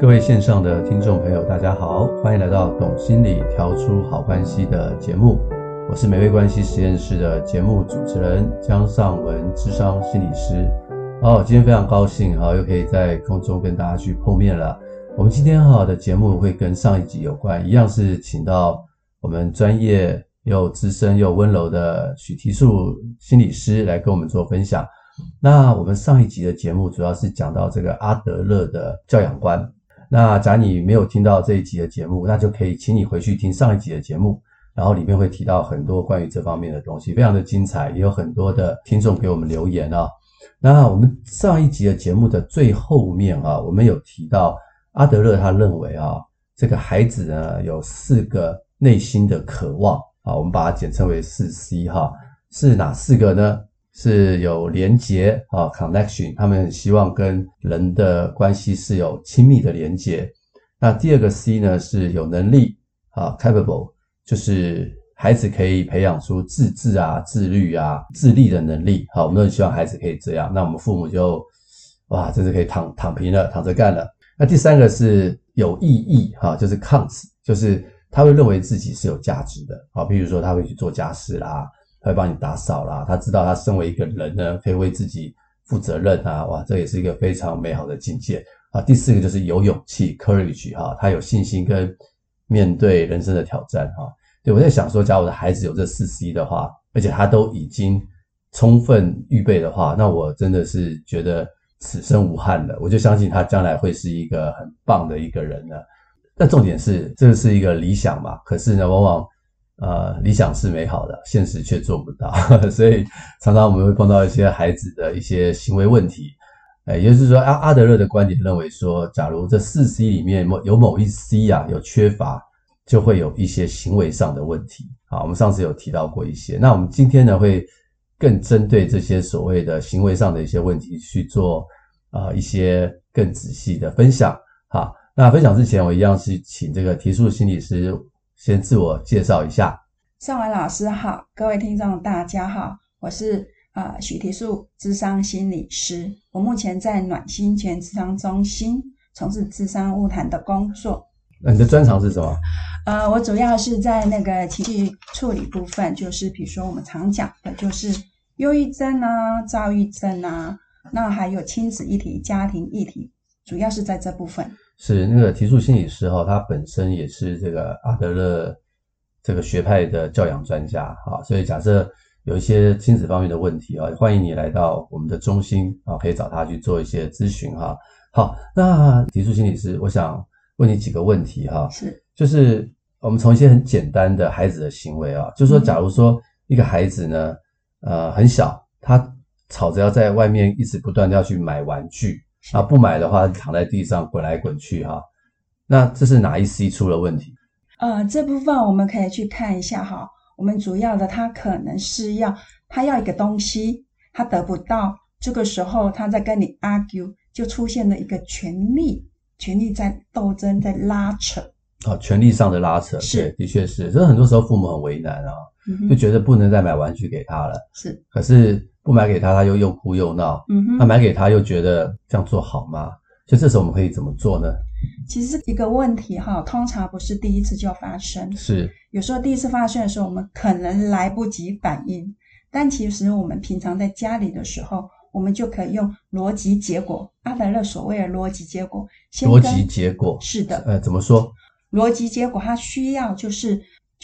各位线上的听众朋友大家好，欢迎来到懂心理调出好关系的节目，我是美味关系实验室的节目主持人江尚文諮商心理师。今天非常高兴又可以在空中跟大家去碰面了。我们今天的节目会跟上一集有关，一样是请到我们专业又资深又温柔的许提素心理师来跟我们做分享。那我们上一集的节目主要是讲到这个阿德勒的教养观，那假如你没有听到这一集的节目，那就可以请你回去听上一集的节目，然后里面会提到很多关于这方面的东西，非常的精彩，也有很多的听众给我们留言那我们上一集的节目的最后面我们有提到阿德勒他认为这个孩子呢有4个内心的渴望我们把它简称为4C 是哪4个呢？是有连结connection， 他们希望跟人的关系是有亲密的连结。那第二个 C 呢是有能力capable， 就是孩子可以培养出自制自律自立的能力我们都很希望孩子可以这样，那我们父母就真是可以躺平了，躺着干了。那第3个是有意义就是 counts， 就是他会认为自己是有价值的比如说他会去做家事啦，他会帮你打扫啦，他知道他身为一个人呢可以为自己负责任这也是一个非常美好的境界第4个就是有勇气 courage 他有信心跟面对人生的挑战对，我在想说假如我的孩子有这4C 的话，而且他都已经充分预备的话，那我真的是觉得此生无憾了，我就相信他将来会是一个很棒的一个人了。但重点是这是一个理想嘛，可是呢往往理想是美好的，现实却做不到所以常常我们会碰到一些孩子的一些行为问题也就是说阿德勒的观点认为说，假如这4C 里面有某一 C 有缺乏，就会有一些行为上的问题我们上次有提到过一些，那我们今天呢会更针对这些所谓的行为上的一些问题去做一些更仔细的分享那分享之前我一样是请这个提素心理师先自我介绍一下。 尚文老师好，各位听众大家好，我是许提素諮商心理师，我目前在暖心全諮商中心从事諮商晤谈的工作。 你的专长是什么？ 我主要是在那个情绪处理部分，就是比如说我们常讲的就是忧郁症躁郁症那还有亲子议题、家庭议题，主要是在这部分。 是那个提素心理师他本身也是这个阿德勒这个学派的教养专家所以假设有一些亲子方面的问题欢迎你来到我们的中心可以找他去做一些咨询好，那提素心理师，我想问你几个问题就是我们从一些很简单的孩子的行为就是说假如说一个孩子呢很小，他吵着要在外面一直不断的要去买玩具不买的话躺在地上滚来滚去那这是哪一 C 出了问题？ 这部分我们可以去看一下我们主要的他可能是他要一个东西，他得不到，这个时候他在跟你 argue， 就出现了一个权力在斗争，在拉扯权力上的拉扯， 是， 的确是，这很多时候父母很为难就觉得不能再买玩具给他了， 是， 可是不买给他，他又哭又闹，那买给他又觉得这样做好吗？所以这时候我们可以怎么做呢？ 其实一个问题通常不是第一次就发生， 是， 有时候第一次发生的时候我们可能来不及反应，但其实我们平常在家里的时候，我们就可以用逻辑结果，阿德勒所谓的逻辑结果， 逻辑结果是的怎么说？ 逻辑结果它需要就是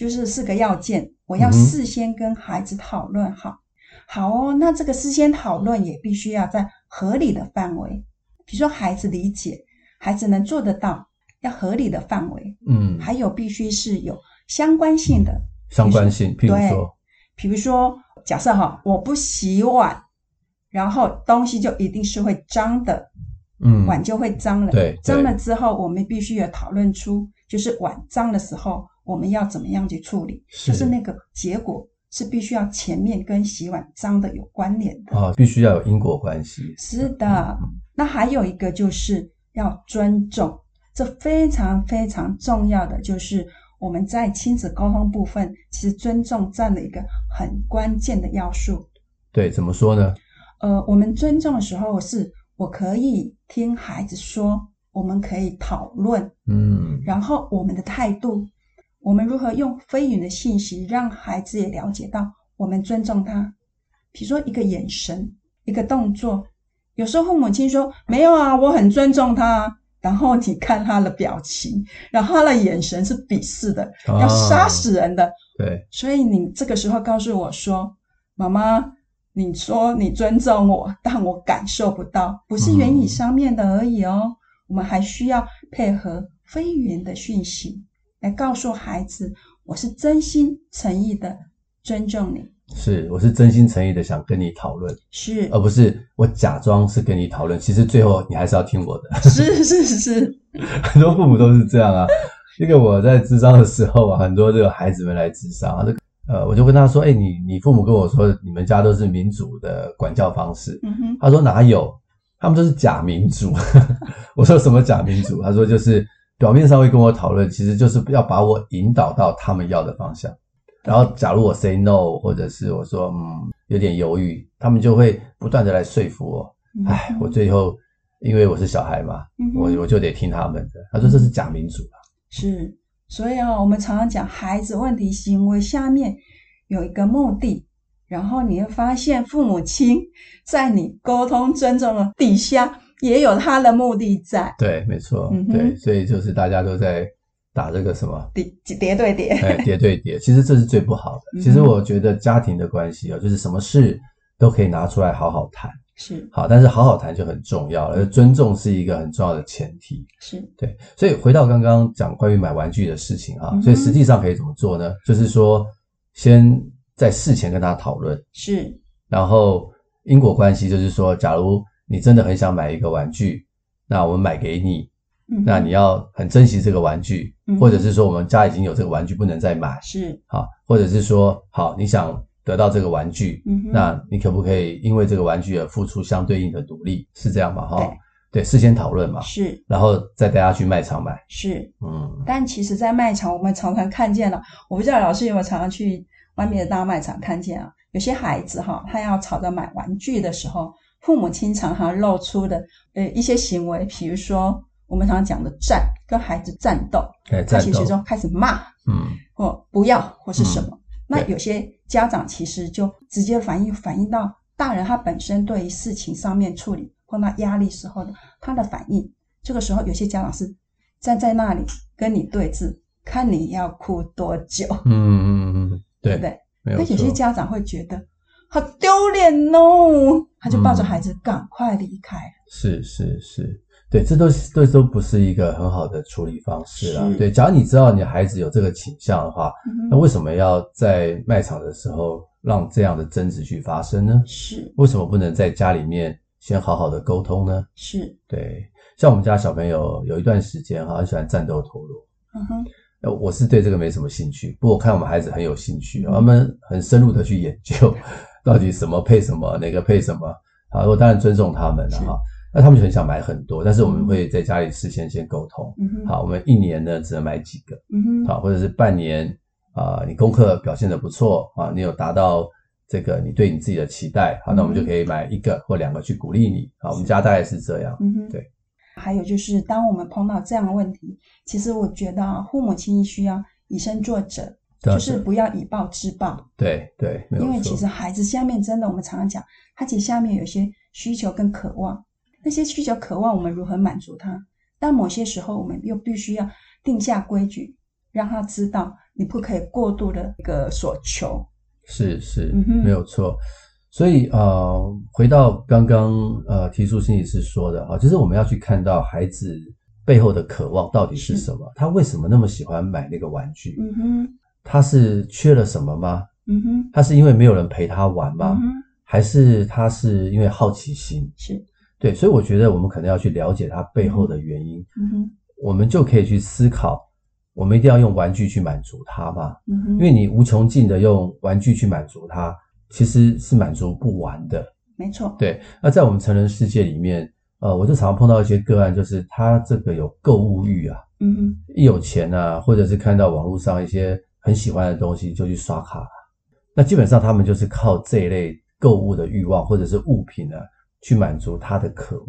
4个要件，我要事先跟孩子讨论好那这个事先讨论也必须要在合理的范围，比如说孩子理解，孩子能做得到，要合理的范围还有必须是有相关性的比如说假设我不洗碗，然后东西就一定是会脏的碗就会脏了， 对， 脏了之后我们必须有讨论出就是碗脏的时候我们要怎么样去处理，就是那个结果是必须要前面跟洗碗脏的有关联的必须要有因果关系。 是的那还有一个就是要尊重，这非常非常重要的就是我们在亲子沟通部分，其实尊重占了一个很关键的要素。 对，怎么说呢？ 我们尊重的时候是我可以听孩子说， 我们可以讨论， 嗯， 然后我们的态度，我们如何用非语言的信息让孩子也了解到我们尊重他。比如说一个眼神，一个动作，有时候父母亲说没有啊，我很尊重他，然后你看他的表情，然后他的眼神是鄙视的，要杀死人的。 对， 所以你这个时候告诉我说，妈妈，你说你尊重我，但我感受不到，不是言语上面的而已哦，我们还需要配合非语言的讯息来告诉孩子，我是真心诚意的尊重你， 我是真心诚意的想跟你讨论， 是， 而不是我假装是跟你讨论，其实最后你还是要听我的。 是， 很多父母都是这样啊。这个我在諮商的时候啊，很多这个孩子们来諮商啊，我就跟他说，你父母跟我说你们家都是民主的管教方式，他说哪有，他们都是假民主。我说什么假民主？他说就是表面上会跟我讨论，其实就是要把我引导到他们要的方向。然后假如我 say no， 或者是我说有点犹豫，他们就会不断的来说服我。我最后因为我是小孩嘛，我就得听他们的。他说这是假民主啊。 是，所以我们常常讲孩子问题行为下面有一个目的，然后你会发现父母亲在你沟通尊重的底下也有他的目的在。 对，没错，对，所以就是大家都在打这个什么叠对叠， 叠对叠，其实这是最不好的。其实我觉得家庭的关系就是什么事都可以拿出来好好谈， 是好，但是好好谈就很重要了，而尊重是一个很重要的前提。 是， 对，所以回到刚刚讲关于买玩具的事情啊，所以实际上可以怎么做呢？就是说，先在事前跟他讨论， 是， 然后因果关系就是说，假如你真的很想买一个玩具，那我们买给你，那你要很珍惜这个玩具，或者是说我们家已经有这个玩具不能再买， 是， 好，或者是说好你想得到这个玩具，那你可不可以因为这个玩具而付出相对应的努力，是这样吗？对，事先讨论嘛， 是， 然后再带他去卖场买， 是，但其实在卖场我们常常看见了，我不知道老师有没有常常去外面的大卖场看见啊，有些孩子他要吵着买玩具的时候，父母亲常常露出的一些行为，比如说我们常常讲的跟孩子战斗，他其实就开始骂，或不要或是什么，那有些家长其实就直接反映到大人他本身对于事情上面处理碰到压力时候的他的反应，这个时候有些家长是站在那里跟你对峙，看你要哭多久，对不对？那有些家长会觉得好丢脸哦，他就抱着孩子赶快离开。 是，对，这都不是一个很好的处理方式啦。对，假如你知道你的孩子有这个倾向的话，那为什么要在卖场的时候让这样的争执去发生呢？ 是， 为什么不能在家里面先好好的沟通呢？ 是， 对，像我们家小朋友有一段时间很喜欢战斗陀螺，我是对这个没什么兴趣，不过我看我们孩子很有兴趣，他们很深入的去研究到底什么配什么，哪个配什么。好，我当然尊重他们了哈。那他们就很想买很多，但是我们会在家里事先沟通。好，我们一年呢只能买几个，好，或者是半年你功课表现得不错啊，你有达到这个你对你自己的期待，好，那我们就可以买一个或两个去鼓励你。好，我们家大概是这样。对。 还有就是当我们碰到这样的问题，其实我觉得父母亲需要以身作则，就是不要以暴制暴。 对，没有错。 因为其实孩子下面真的我们常常讲，他其实下面有些需求跟渴望，那些需求渴望我们如何满足他，但某些时候我们又必须要定下规矩，让他知道你不可以过度的一个所求。是， 没有错。所以回到刚刚提出心理师说的就是我们要去看到孩子背后的渴望到底是什么，他为什么那么喜欢买那个玩具，他是缺了什么吗？他是因为没有人陪他玩吗？还是他是因为好奇心？ 是， 对，所以我觉得我们可能要去了解他背后的原因，我们就可以去思考，我们一定要用玩具去满足他吗？因为你无穷尽的用玩具去满足他，其实是满足不完的。 没错。 对，那在我们成人世界里面，我就常常碰到一些个案，就是他这个有购物欲啊，一有钱啊，或者是看到网络上一些很喜欢的东西就去刷卡了。那基本上他们就是靠这一类购物的欲望或者是物品呢，去满足他的渴望。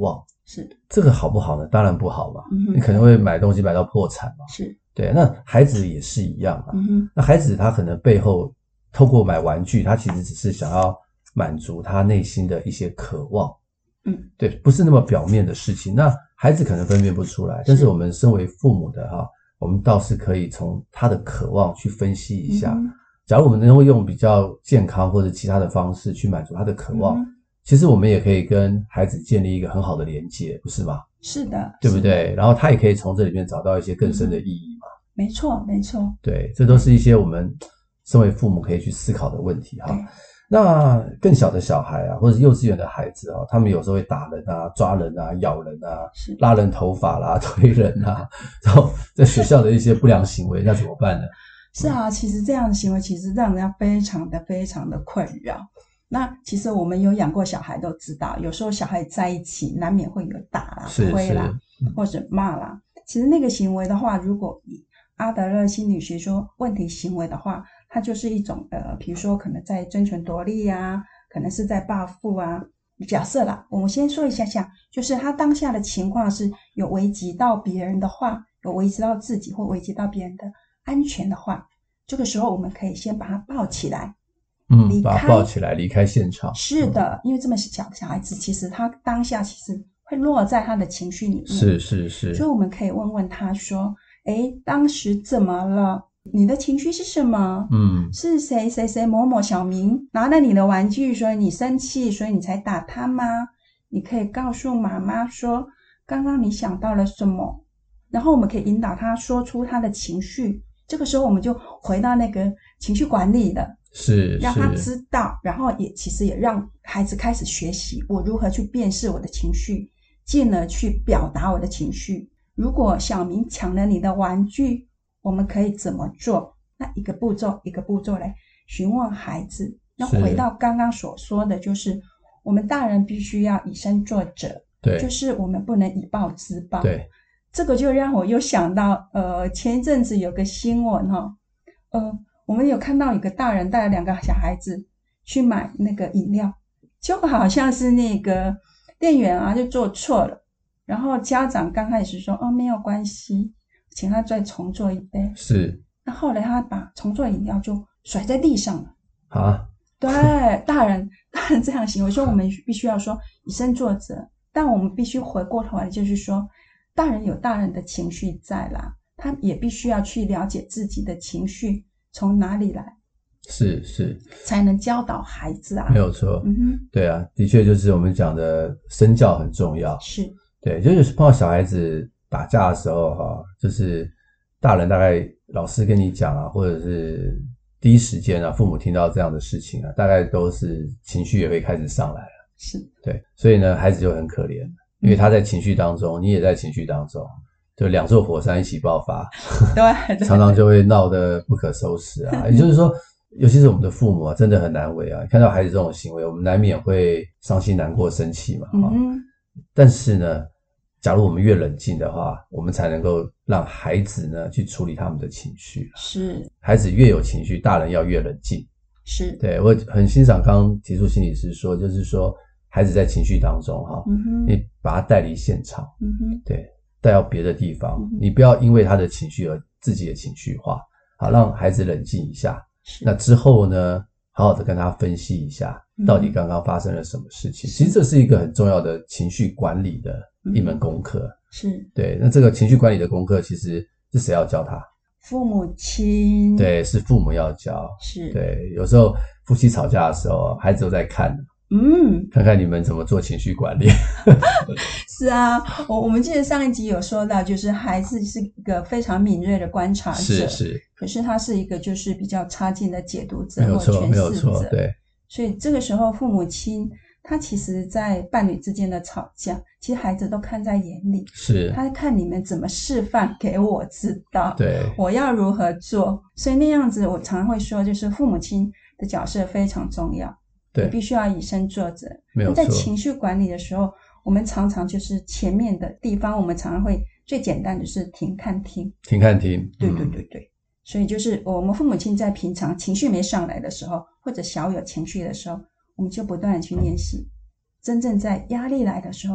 是这个好不好呢？当然不好嘛， 嗯哼你可能会买东西买到破产嘛。 是对，那孩子也是一样啊。 嗯哼那孩子他可能背后透过买玩具，他其实只是想要满足他内心的一些渴望。对，不是那么表面的事情。那孩子可能分辨不出来，但是我们身为父母的我们倒是可以从他的渴望去分析一下。假如我们能够用比较健康或者其他的方式去满足他的渴望，其实我们也可以跟孩子建立一个很好的连结，不是吗？ 是的， 对不对？然后他也可以从这里面找到一些更深的意义嘛。 没错没错， 对，这都是一些我们身为父母可以去思考的问题哈。那更小的小孩或者幼稚园的孩子他们有时候会打人抓人咬人拉人头发啦，推人然后在学校的一些不良行为，那怎么办呢？ 是啊，其实这样的行为其实让人家非常的困扰。那其实我们有养过小孩都知道，有时候小孩在一起难免会有打啦、推啦，或者骂啦。其实那个行为的话，如果以阿德勒心理学说问题行为的话，它就是一种比如说可能在争权夺利可能是在报复假设啦，我们先说一下就是他当下的情况是有危及到别人的话，有危及到自己或危及到别人的安全的话，这个时候我们可以先把他抱起来， 把他抱起来离开现场。 是的，因为这么小的小孩子，其实他当下其实会落在他的情绪里面。 是， 所以我们可以问问他说，当时怎么了？你的情绪是什么？是谁某某小明拿了你的玩具，所以你生气，所以你才打他吗？你可以告诉妈妈说，刚刚你想到了什么？然后我们可以引导他说出他的情绪。这个时候我们就回到那个情绪管理了，让他知道，然后其实也让孩子开始学习我如何去辨识我的情绪，进而去表达我的情绪。如果小明抢了你的玩具，我们可以怎么做？那一个步骤一个步骤来询问孩子。那回到刚刚所说的，就是我们大人必须要以身作则， 对， 就是我们不能以暴制暴。 对， 这个就让我又想到前一阵子有个新闻我们有看到一个大人带了2个小孩子去买那个饮料，就好像是那个店员就做错了，然后家长刚开始说没有关系，请他再重做一杯。 是， 那后来他把重做饮料就甩在地上了对，大人这样行为，所以我们必须要说以身作则，但我们必须回过头来就是说，大人有大人的情绪在啦，他也必须要去了解自己的情绪从哪里来， 是才能教导孩子没有错。对的确就是我们讲的身教很重要。 是， 对，就是碰到小孩子打架的时候就是大人大概老师跟你讲或者是第一时间父母听到这样的事情大概都是情绪也会开始上来了。 是， 对，所以呢孩子就很可怜，因为他在情绪当中，你也在情绪当中，就2座火山一起爆发对， 常常就会闹得不可收拾也就是说，尤其是我们的父母真的很难为看到孩子这种行为，我们难免会伤心难过生气嘛但是呢，假如我们越冷静的话，我们才能够让孩子呢去处理他们的情绪。 是， 孩子越有情绪，大人要越冷静。 是， 对，我很欣赏刚刚提出心理师说，就是说孩子在情绪当中你把他带离现场对，带到别的地方你不要因为他的情绪而自己的情绪化让孩子冷静一下。那之后呢，好好的跟他分析一下到底刚刚发生了什么事情其实这是一个很重要的情绪管理的一门功课是， 对，那这个情绪管理的功课其实是谁要教他？ 父母亲。 对，是父母要教。 是， 对，有时候夫妻吵架的时候孩子都在看看看你们怎么做情绪管理是我们记得上一集有说到，就是孩子是一个非常敏锐的观察者， 是可是他是一个就是比较差劲的解读者或没有错，对。 所以这个时候父母亲他其实在伴侣之间的吵架，其实孩子都看在眼里， 是他看你们怎么示范给我知道， 对， 我要如何做。所以那样子我常会说，就是父母亲的角色非常重要， 对， 你必须要以身作则。 没有错。 在情绪管理的时候，我们常常就是前面的地方，我们常常会最简单就是停看听。对，所以就是我们父母亲在平常情绪没上来的时候，或者小有情绪的时候，我们就不断的去练习。真正在压力来的时候，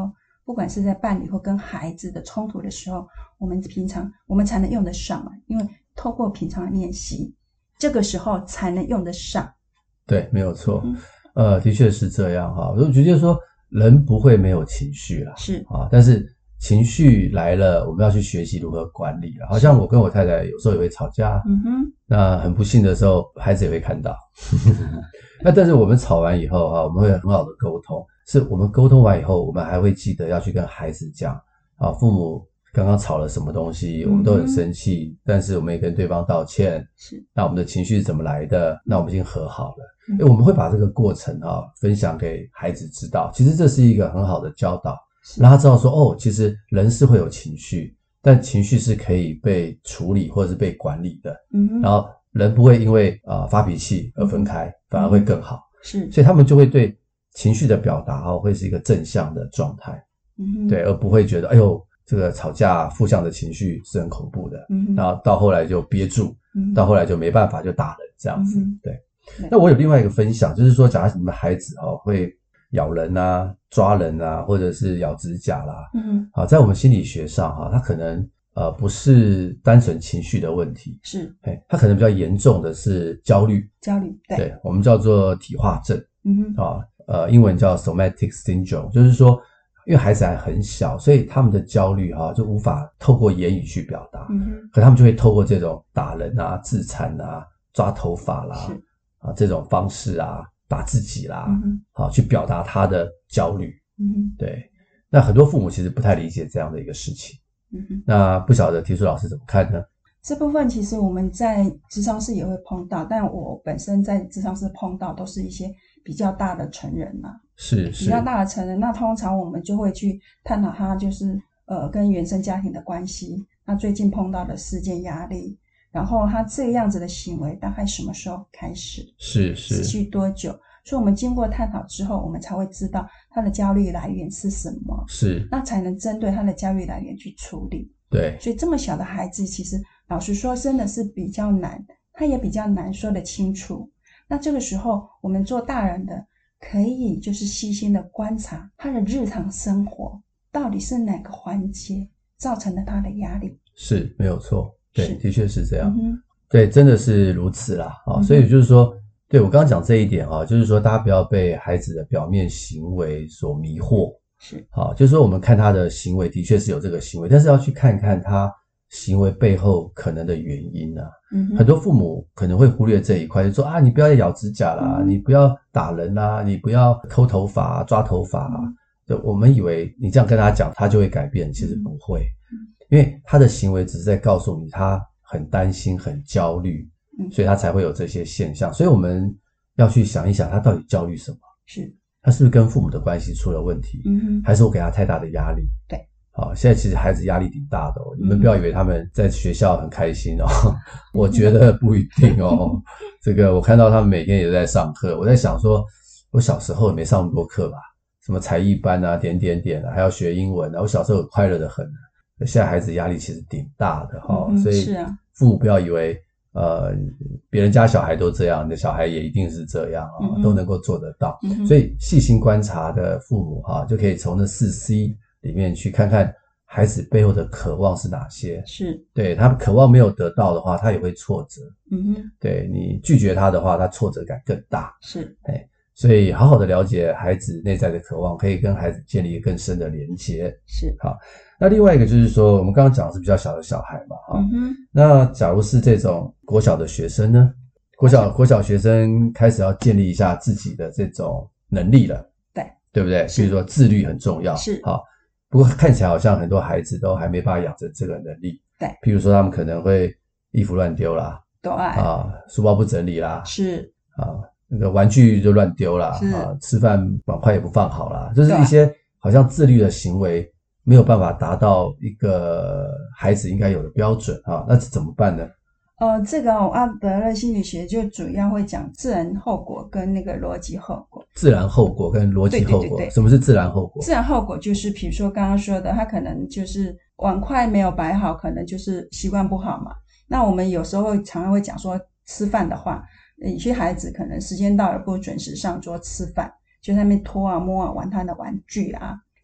不管是在伴侣或跟孩子的冲突的时候，我们才能用得上嘛，因为透过平常的练习，这个时候才能用得上。 对，没有错。的确是这样哈。我觉得说人不会没有情绪啦， 是啊，但是情绪来了，我们要去学习如何管理了。好像我跟我太太有时候也会吵架，那很不幸的时候，孩子也会看到。那但是我们吵完以后我们会很好的沟通，是我们沟通完以后，我们还会记得要去跟孩子讲啊，父母刚刚吵了什么东西，我们都很生气，但是我们也跟对方道歉。是，那我们的情绪是怎么来的？那我们已经和好了。我们会把这个过程分享给孩子知道，其实这是一个很好的教导，让他知道说其实人是会有情绪，但情绪是可以被处理或者是被管理的。然后人不会因为发脾气而分开，反而会更好。是，所以他们就会对情绪的表达会是一个正向的状态。对，而不会觉得这个吵架负向的情绪是很恐怖的。然后到后来就憋住，到后来就没办法就打人这样子。对。那我有另外一个分享，就是说假如你们孩子会咬人啊、抓人啊，或者是咬指甲啦，在我们心理学上他可能不是单纯情绪的问题，是他可能比较严重的是焦虑，对，我们叫做体化症。英文叫 somatic syndrome， 就是说因为孩子还很小，所以他们的焦虑就无法透过言语去表达，可他们就会透过这种打人啊、自残啊、抓头发啦这种方式打自己啦，去表达他的焦虑。对，那很多父母其实不太理解这样的一个事情。那不晓得提出老师怎么看呢？ 这部分其实我们在諮商室也会碰到，但我本身在諮商室碰到都是一些比较大的成人是比较大的成人，那通常我们就会去探讨他就是跟原生家庭的关系，他最近碰到的事件压力，然后他这样子的行为大概什么时候开始，是持续多久，所以我们经过探讨之后，我们才会知道他的焦虑来源是什么，是那才能针对他的焦虑来源去处理。对，所以这么小的孩子其实老实说真的是比较难，他也比较难说得清楚。那这个时候我们做大人的可以就是细心的观察他的日常生活到底是哪个环节造成了他的压力，是没有错，对，的确是这样。对，真的是如此啦。所以就是说，对，我刚刚讲这一点就是说大家不要被孩子的表面行为所迷惑。是，就是说我们看他的行为的确是有这个行为，但是要去看看他行为背后可能的原因很多父母可能会忽略这一块，就说你不要咬指甲啦，你不要打人啦，你不要抠头发抓头发就我们以为你这样跟他讲他就会改变，其实不会，因为他的行为只是在告诉你他很担心很焦虑，所以他才会有这些现象。所以我们要去想一想他到底焦虑什么，是他是不是跟父母的关系出了问题，还是我给他太大的压力。对，现在其实孩子压力挺大的你们不要以为他们在学校很开心我觉得不一定这个我看到他们每天也在上课，我在想说我小时候也没上那么多课吧，什么才艺班点点点还要学英文我小时候快乐得很现在孩子压力其实挺大的所以父母不要以为别人家小孩都这样，你的小孩也一定是这样都能够做得到。所以细心观察的父母就可以从那4C 里面去看看孩子背后的渴望是哪些。是，对，他渴望没有得到的话，他也会挫折。对，你拒绝他的话，他挫折感更大。是，所以好好的了解孩子内在的渴望，可以跟孩子建立更深的连结。是，好。那另外一个就是说，我们刚刚讲的是比较小的小孩嘛那假如是这种国小的学生呢，国小学生开始要建立一下自己的这种能力了，对不对？比如说自律很重要，是好。不过看起来好像很多孩子都还没办法养成这个能力，对。譬如说他们可能会衣服乱丢啦，对书包不整理啦，是那个玩具就乱丢啦，吃饭碗筷也不放好啦，就是一些好像自律的行为没有办法达到一个孩子应该有的标准那怎么办呢？这个阿德勒心理学就主要会讲自然后果跟那个逻辑后果。自然后果跟逻辑后果，对，什么是自然后果？自然后果就是比如说刚刚说的，他可能就是碗筷没有摆好，可能就是习惯不好嘛。那我们有时候常常会讲说，吃饭的话，有些孩子可能时间到了不准时上桌吃饭，就在那边拖摸玩他的玩具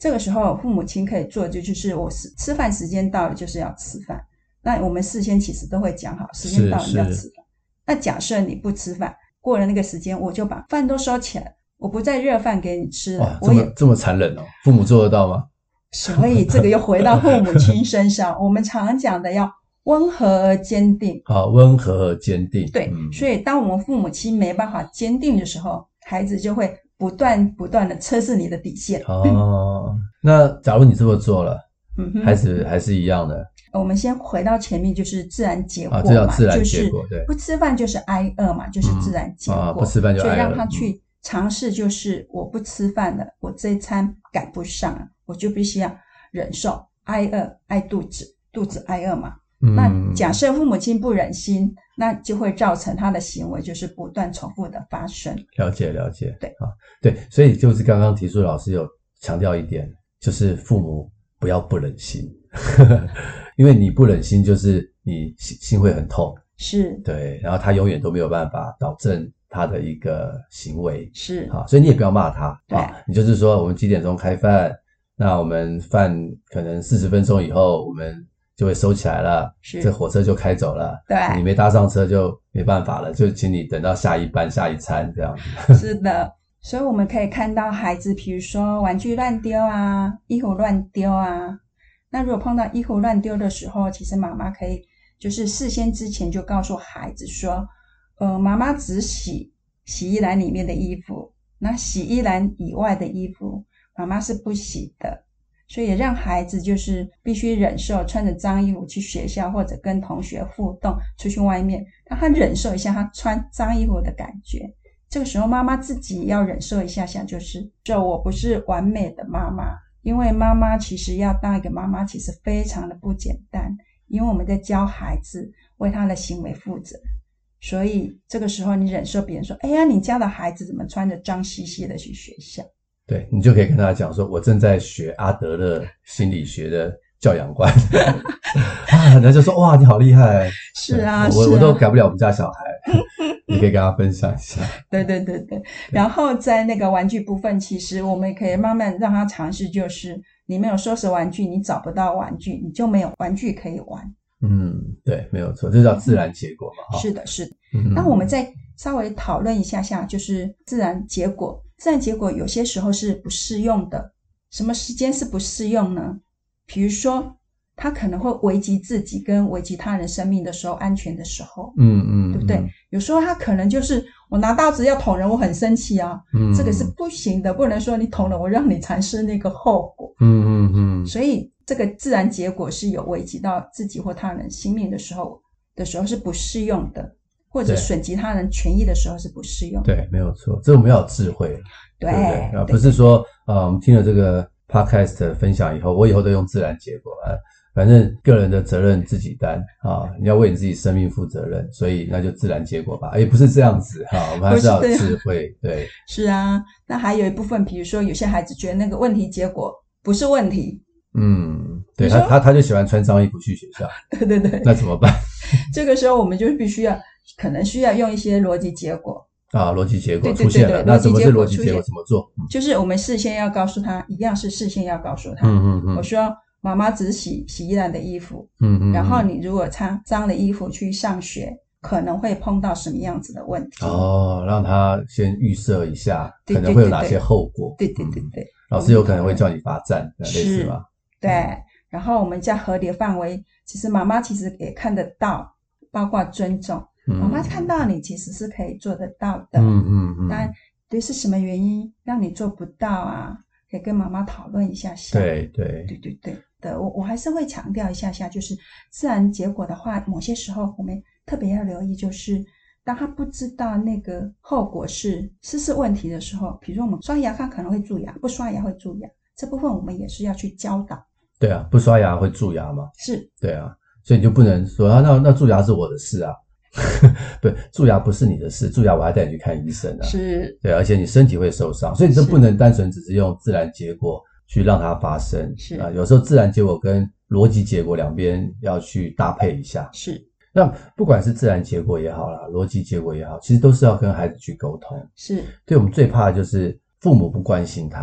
这个时候父母亲可以做的就是我吃饭时间到了就是要吃饭，那我们事先其实都会讲好时间到了要吃饭。那假设你不吃饭，过了那个时间我就把饭都收起来，我不再热饭给你吃了。 哇，这么残忍哦，父母做得到吗？ 所以这个又回到父母亲身上我们常讲的要温和而坚定。 好，温和而坚定。 对，所以当我们父母亲没办法坚定的时候，孩子就会不断的测试你的底线。 那假如你这么做了，孩子还是一样的。 我们先回到前面，就是自然结果嘛， 这叫自然结果，对， 不吃饭就是挨饿嘛，就是自然结果。 不吃饭就挨饿， 所以让他去尝试，就是我不吃饭了，我这一餐赶不上了，我就必须要忍受挨饿、挨肚子挨饿嘛。那假设父母亲不忍心，那就会造成他的行为就是不断重复的发生。 了解。 对对，所以就是刚刚提出老师有强调一点，就是父母不要不忍心，因为你不忍心，就是你心会很痛。 是， 对，然后他永远都没有办法导正他的一个行为。 是， 所以你也不要骂他。 对， 你就是说我们几点钟开饭，那我们饭可能40分钟以后我们就会收起来了，这火车就开走了。 对， 你没搭上车就没办法了，就请你等到下一班下一餐这样。 是的，所以我们可以看到孩子，比如说玩具乱丢啊，衣服乱丢啊。那如果碰到衣服乱丢的时候，其实妈妈可以就是事先之前就告诉孩子说，妈妈只洗衣篮里面的衣服，那洗衣篮以外的衣服妈妈是不洗的。所以也让孩子就是必须忍受穿着脏衣服去学校，或者跟同学互动，出去外面让他忍受一下他穿脏衣服的感觉。这个时候妈妈自己也要忍受一下下，就是我不是完美的妈妈，因为妈妈其实要当一个妈妈其实非常的不简单，因为我们在教孩子为他的行为负责。所以这个时候你忍受别人说，哎呀，你家的孩子怎么穿着脏兮兮的去学校， 对，你就可以跟他讲说，我正在学阿德勒心理学的教养观。人家就说，哇，你好厉害。 是啊， 我都改不了我们家小孩。你可以跟他分享一下。 对。然后在那个玩具部分，其实我们也可以慢慢让他尝试，就是你没有收拾玩具，你找不到玩具，你就没有玩具可以玩。 对，没有错，这叫自然结果嘛。 是的。那我们再稍微讨论一下下，就是自然结果。自然结果有些时候是不适用的。什么时间是不适用呢？比如说他可能会危及自己跟危及他人生命的时候，安全的时候，对不对？有时候他可能就是我拿刀子要捅人，我很生气啊，这个是不行的，不能说你捅了我让你尝试那个后果。所以这个自然结果是有危及到自己或他人性命的时候是不适用的，或者损及他人权益的时候是不适用的。 对，没有错，这我们要有智慧，对不对？不是说我们听了这个 podcast 的分享以后，我以后都用自然结果反正个人的责任自己担你要为你自己生命负责任，所以那就自然结果吧。也不是这样子我们还是要有智慧。对， 是啊。那还有一部分，比如说有些孩子觉得那个问题结果不是问题， 对，他就喜欢穿脏衣服去学校。 对， 那怎么办？ 这个时候我们就必须要可能需要用一些逻辑结果逻辑结果出现了。那什么是逻辑结果？怎么做？ 就是我们事先要告诉他，一样是事先要告诉他。我说妈妈只洗衣篮的衣服，然后你如果穿脏的衣服去上学，可能会碰到什么样子的问题。 让他先预设一下，可能会有哪些后果。 对。 老师有可能会叫你罚站，类似吧？ 对。然后我们在合理的范围，其实妈妈其实也看得到，包括尊重。妈妈看到你其实是可以做得到的。但对，是什么原因让你做不到啊？可以跟妈妈讨论一下下。对的，我还是会强调一下下，就是自然结果的话，某些时候我们特别要留意，就是当他不知道那个后果是问题的时候，比如说我们刷牙他可能会蛀牙，不刷牙会蛀牙，这部分我们也是要去教导。 对啊，不刷牙会蛀牙嘛？ 是。 对啊，所以你就不能说那蛀牙是我的事啊。对，蛀牙不是你的事，蛀牙我还带你去看医生啊。 是。 对，而且你身体会受伤，所以你这不能单纯只是用自然结果去让它发生。 是有时候自然结果跟逻辑结果两边要去搭配一下。 是。 那不管是自然结果也好啦，逻辑结果也好，其实都是要跟孩子去沟通。 是。 对，我们最怕的就是父母不关心他了。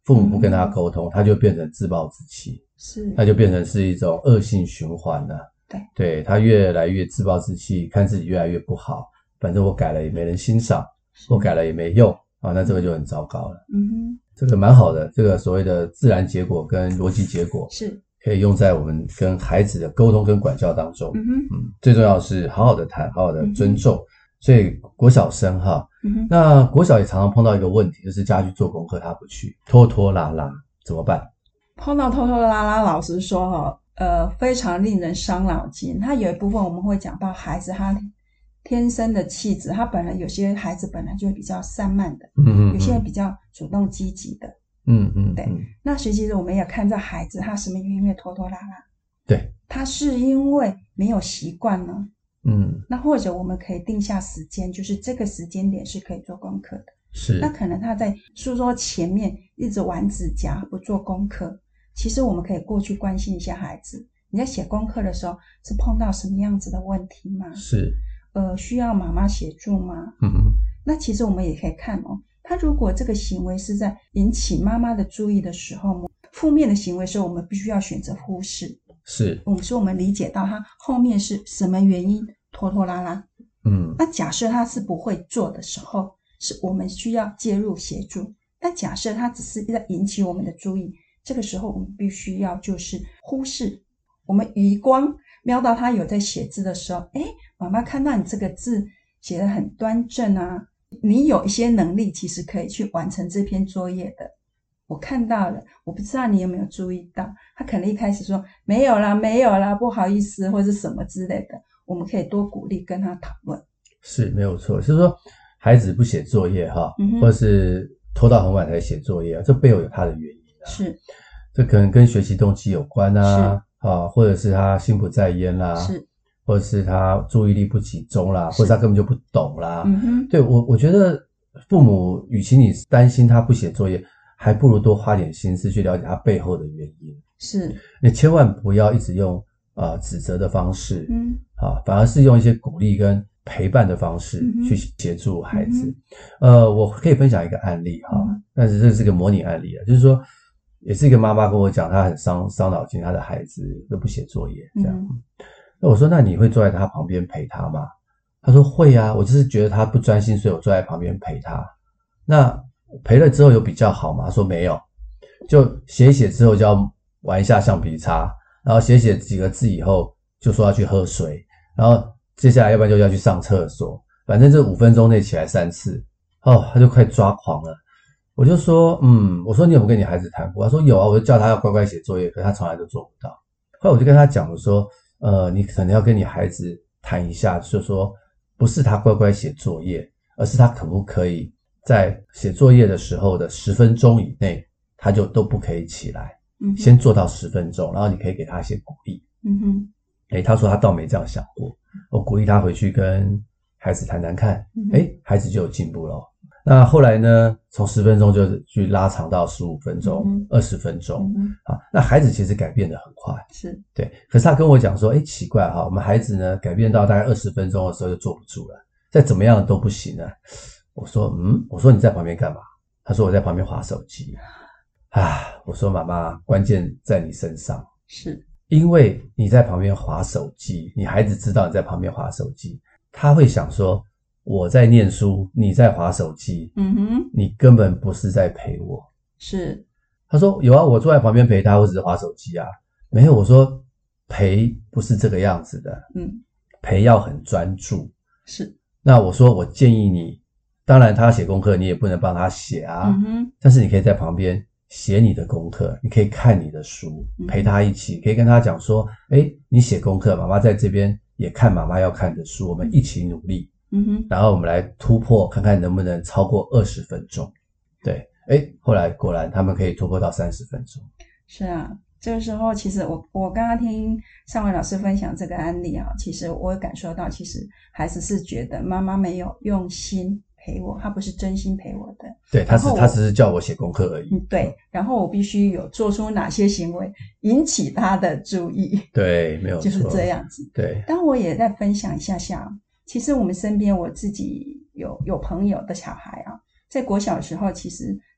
父母不跟他沟通，他就变成自暴自弃， 是， 那就变成是一种恶性循环了。对，他越来越自暴自弃，看自己越来越不好，反正我改了也没人欣赏，我改了也没用啊，那这个就很糟糕了。这个蛮好的，这个所谓的自然结果跟逻辑结果是可以用在我们跟孩子的沟通跟管教当中。最重要的是好好的谈，好好的尊重。所以国小生哈，那国小也常常碰到一个问题，就是叫他去做功课，他不去，拖拖拉拉，怎么办？ 碰到拖拖拉拉，老实说非常令人伤脑筋。他有一部分我们会讲到孩子他天生的气质，他本来有些孩子本来就会比较散漫的，有些人比较主动积极的，对。那其实我们也看这孩子他什么原因会拖拖拉拉， 对， 他是因为没有习惯呢，那或者我们可以定下时间，就是这个时间点是可以做功课的， 是。 那可能他在书桌前面一直玩指甲不做功课，其实我们可以过去关心一下孩子，你在写功课的时候是碰到什么样子的问题吗？ 是。 需要妈妈协助吗？那其实我们也可以看他如果这个行为是在引起妈妈的注意的时候，负面的行为时候，我们必须要选择忽视。 是， 我们理解到他后面是什么原因拖拖拉拉。那假设他是不会做的时候，是我们需要介入协助。但假设他只是在引起我们的注意，这个时候我们必须要就是忽视。我们余光瞄到他有在写字的时候，妈妈看到你这个字写得很端正啊，你有一些能力其实可以去完成这篇作业的，我看到了，我不知道你有没有注意到。他可能一开始说没有啦，不好意思，或是什么之类的，我们可以多鼓励跟他讨论。 是，没有错，就是说孩子不写作业或者是拖到很晚才写作业这背后有他的原因是， 这可能跟学习动机有关或者是他心不在焉啦， 是， 或者是他注意力不集中啦，或者他根本就不懂啦。对，我觉得父母与其你担心他不写作业，还不如多花点心思去了解他背后的原因。 是， 你千万不要一直用指责的方式，反而是用一些鼓励跟陪伴的方式去协助孩子。我可以分享一个案例但是这是个模拟案例就是说也是一个妈妈跟我讲，她很伤脑筋，她的孩子都不写作业这样。那我说那你会坐在他旁边陪他吗？他说会啊，我就是觉得他不专心，所以我坐在旁边陪他。那陪了之后有比较好吗？他说没有，就写一写之后就要玩一下橡皮擦，然后写几个字以后就说要去喝水，然后接下来要不然就要去上厕所，反正这5分钟内起来3次他就快抓狂了。我就说我说你有没有跟你孩子谈过？他说有啊，我就叫他要乖乖写作业，可是他从来都做不到。后来我就跟他讲，我说你可能要跟你孩子谈一下，就是说不是他乖乖写作业，而是他可不可以在写作业的时候的10分钟以内他就都不可以起来，先做到10分钟，然后你可以给他一些鼓励。他说他倒没这样想过，我鼓励他回去跟孩子谈谈看，孩子就有进步了。那后来呢，从10分钟就去拉长到15分钟、20分钟那孩子其实改变得很快， 是， 对。可是他跟我讲说奇怪我们孩子呢改变到大概20分钟的时候就坐不住了，再怎么样都不行了。我说你在旁边干嘛？他说我在旁边滑手机我说妈妈，关键在你身上， 是因为你在旁边滑手机，你孩子知道你在旁边滑手机，他会想说我在念书，你在滑手机，你根本不是在陪我。 是， 他说有啊，我坐在旁边陪他，我只是滑手机啊。没有，我说陪不是这个样子的，陪要很专注。 是， 那我说我建议你，当然他写功课你也不能帮他写但是你可以在旁边写你的功课，你可以看你的书，陪他一起，可以跟他讲说你写功课，妈妈在这边也看妈妈要看的书，我们一起努力。然后我们来突破，看看能不能超过20分钟。对，后来果然他们可以突破到30分钟。 是啊，这个时候其实我刚刚听尚文老师分享这个案例其实我感受到，其实孩子是觉得妈妈没有用心陪我，他不是真心陪我的。 对，他只是叫我写功课而已。 对，然后我必须有做出哪些行为引起他的注意。 对，没有错， 就是这样子。 对， 但我也在分享一下其实我们身边我自己有朋友的小孩在国小的时候，其实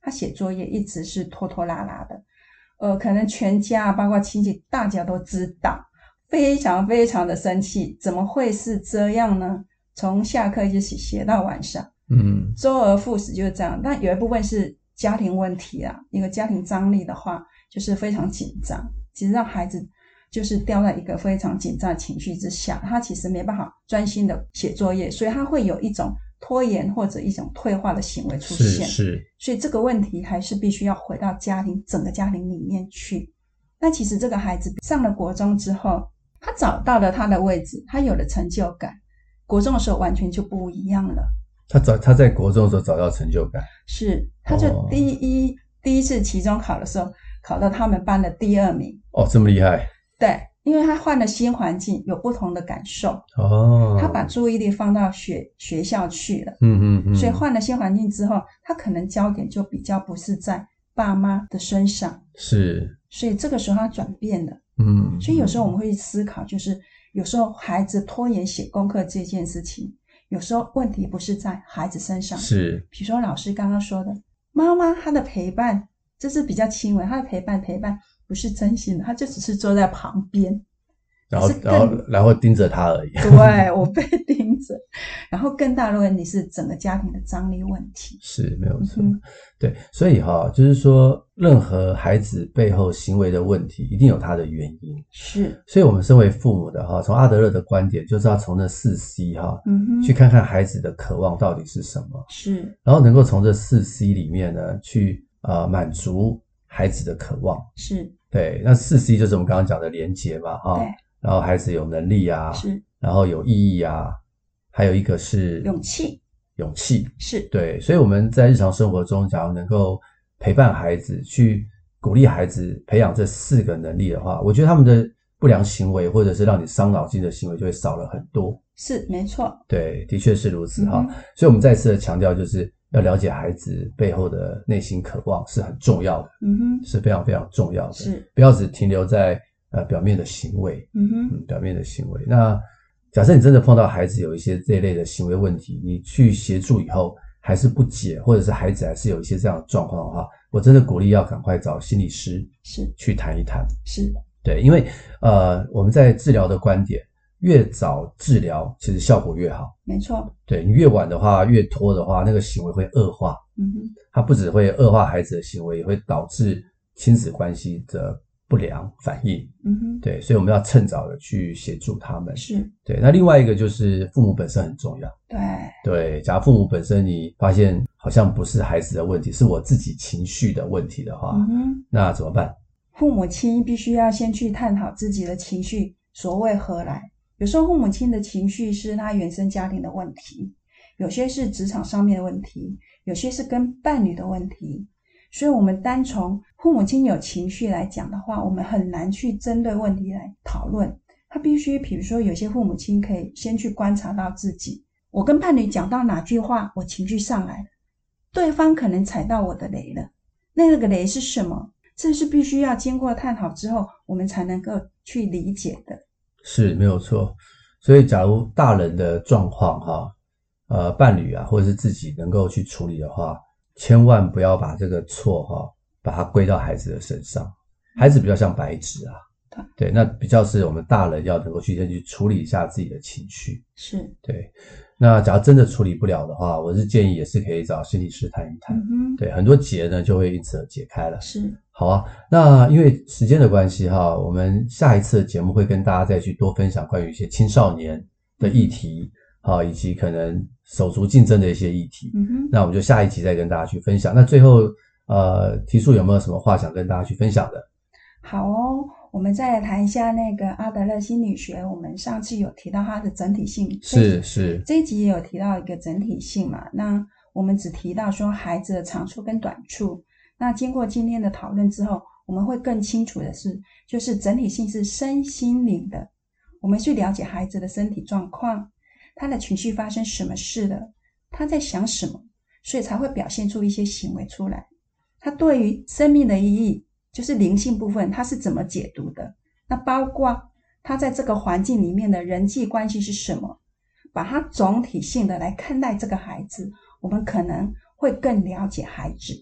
他写作业一直是拖拖拉拉的，可能全家包括亲戚大家都知道，非常非常的生气，怎么会是这样呢？从下课一直写到晚上，周而复始就是这样。但有一部分是家庭问题啦，一个家庭张力的话，就是非常紧张，其实让孩子就是掉在一个非常紧张的情绪之下，他其实没办法专心的写作业，所以他会有一种拖延或者一种退化的行为出现。 是， 所以这个问题还是必须要回到家庭整个家庭里面去。那其实这个孩子上了国中之后，他找到了他的位置，他有了成就感，国中的时候完全就不一样了。 他在国中的时候找到成就感， 是，他就第一次期中考的时候考到他们班的第2名。 这么厉害。 对，因为他换了新环境，有不同的感受。他把注意力放到学校去了。所以换了新环境之后，他可能焦点就比较不是在爸妈的身上。 是， 所以这个时候他转变了。所以有时候我们会思考，就是有时候孩子拖延写功课这件事情，有时候问题不是在孩子身上。 是， 比如说老师刚刚说的，妈妈她的陪伴，这是比较轻微，她的陪伴不是真心的，她就只是坐在旁边， 然后盯着他而已。 对，我被盯着。然后更大的问题是整个家庭的张力问题。 是，没有错。对，所以就是说任何孩子背后行为的问题一定有他的原因。 是， 所以我们身为父母的从阿德勒的观点，就是要从这4C 去看看孩子的渴望到底是什么。 是， 然后能够从这4C 里面呢去满足孩子的渴望。 是， 对，那4C 就是我们刚刚讲的连结嘛， 对， 然后孩子有能力啊， 是， 然后有意义啊，还有一个是勇气， 是， 对。所以我们在日常生活中假如能够陪伴孩子，去鼓励孩子培养这4个能力的话，我觉得他们的不良行为或者是让你伤脑筋的行为就会少了很多。 是，没错。 对，的确是如此所以我们再次的强调，就是要了解孩子背后的内心渴望是很重要的。是非常非常重要的。 是， 不要只停留在表面的行为。表面的行为。那假设你真的碰到孩子有一些这一类的行为问题，你去协助以后还是不解，或者是孩子还是有一些这样的状况的话，我真的鼓励要赶快找心理师去谈一谈。 是， 对，因为我们在治疗的观点，越早治疗其实效果越好。 没错。 对，你越晚的话，越拖的话，那个行为会恶化。它不只会恶化孩子的行为，也会导致亲子关系的不良反应。对，所以我们要趁早的去协助他们。 是， 对。那另外一个就是父母本身很重要。对，假如父母本身你发现好像不是孩子的问题，是我自己情绪的问题的话，那怎么办？ 父母亲必须要先去探讨自己的情绪所为何来。有时候父母亲的情绪是他原生家庭的问题，有些是职场上面的问题，有些是跟伴侣的问题。所以我们单从父母亲有情绪来讲的话，我们很难去针对问题来讨论。他必须比如说有些父母亲可以先去观察到自己，我跟伴侣讲到哪句话我情绪上来了，对方可能踩到我的雷了，那个雷是什么？这是必须要经过探讨之后我们才能够去理解的。是， 没有错。所以假如大人的状况伴侣或者是自己能够去处理的话，千万不要把这个错把它归到孩子的身上。孩子比较像白纸对，那比较是我们大人要能够先去处理一下自己的情绪。 是， 对。那假如真的处理不了的话，我是建议也是可以找心理师谈一谈。对，很多结呢就会因此而解开了。 是， 好啊。那因为时间的关系我们下一次的节目会跟大家再去多分享关于一些青少年的议题以及可能手足竞争的一些议题。那我们就下一集再跟大家去分享。那最后提出有没有什么话想跟大家去分享的？ 好哦，我们再来谈一下那个阿德勒心理学。我们上次有提到它的整体性， 是这一集也有提到一个整体性嘛。那我们只提到说孩子的长处跟短处。那经过今天的讨论之后，我们会更清楚的是，就是整体性是身心灵的。我们去了解孩子的身体状况，他的情绪发生什么事了，他在想什么，所以才会表现出一些行为出来。他对于生命的意义，就是灵性部分，他是怎么解读的？那包括他在这个环境里面的人际关系是什么？把他总体性的来看待这个孩子，我们可能会更了解孩子。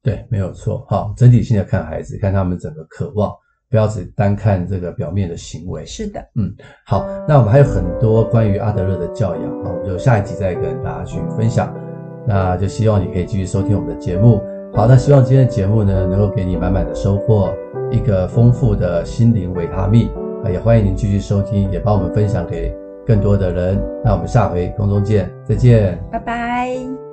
对，没有错。好，整体性的看孩子，看他们整个渴望，不要只单看这个表面的行为。 是的， 好，那我们还有很多关于阿德勒的教养，我们就下一集再跟大家去分享。那就希望你可以继续收听我们的节目。好，那希望今天的节目呢，能够给你满满的收获，一个丰富的心灵维他命。也欢迎您继续收听，也帮我们分享给更多的人。那我们下回空中见，再见， 拜拜。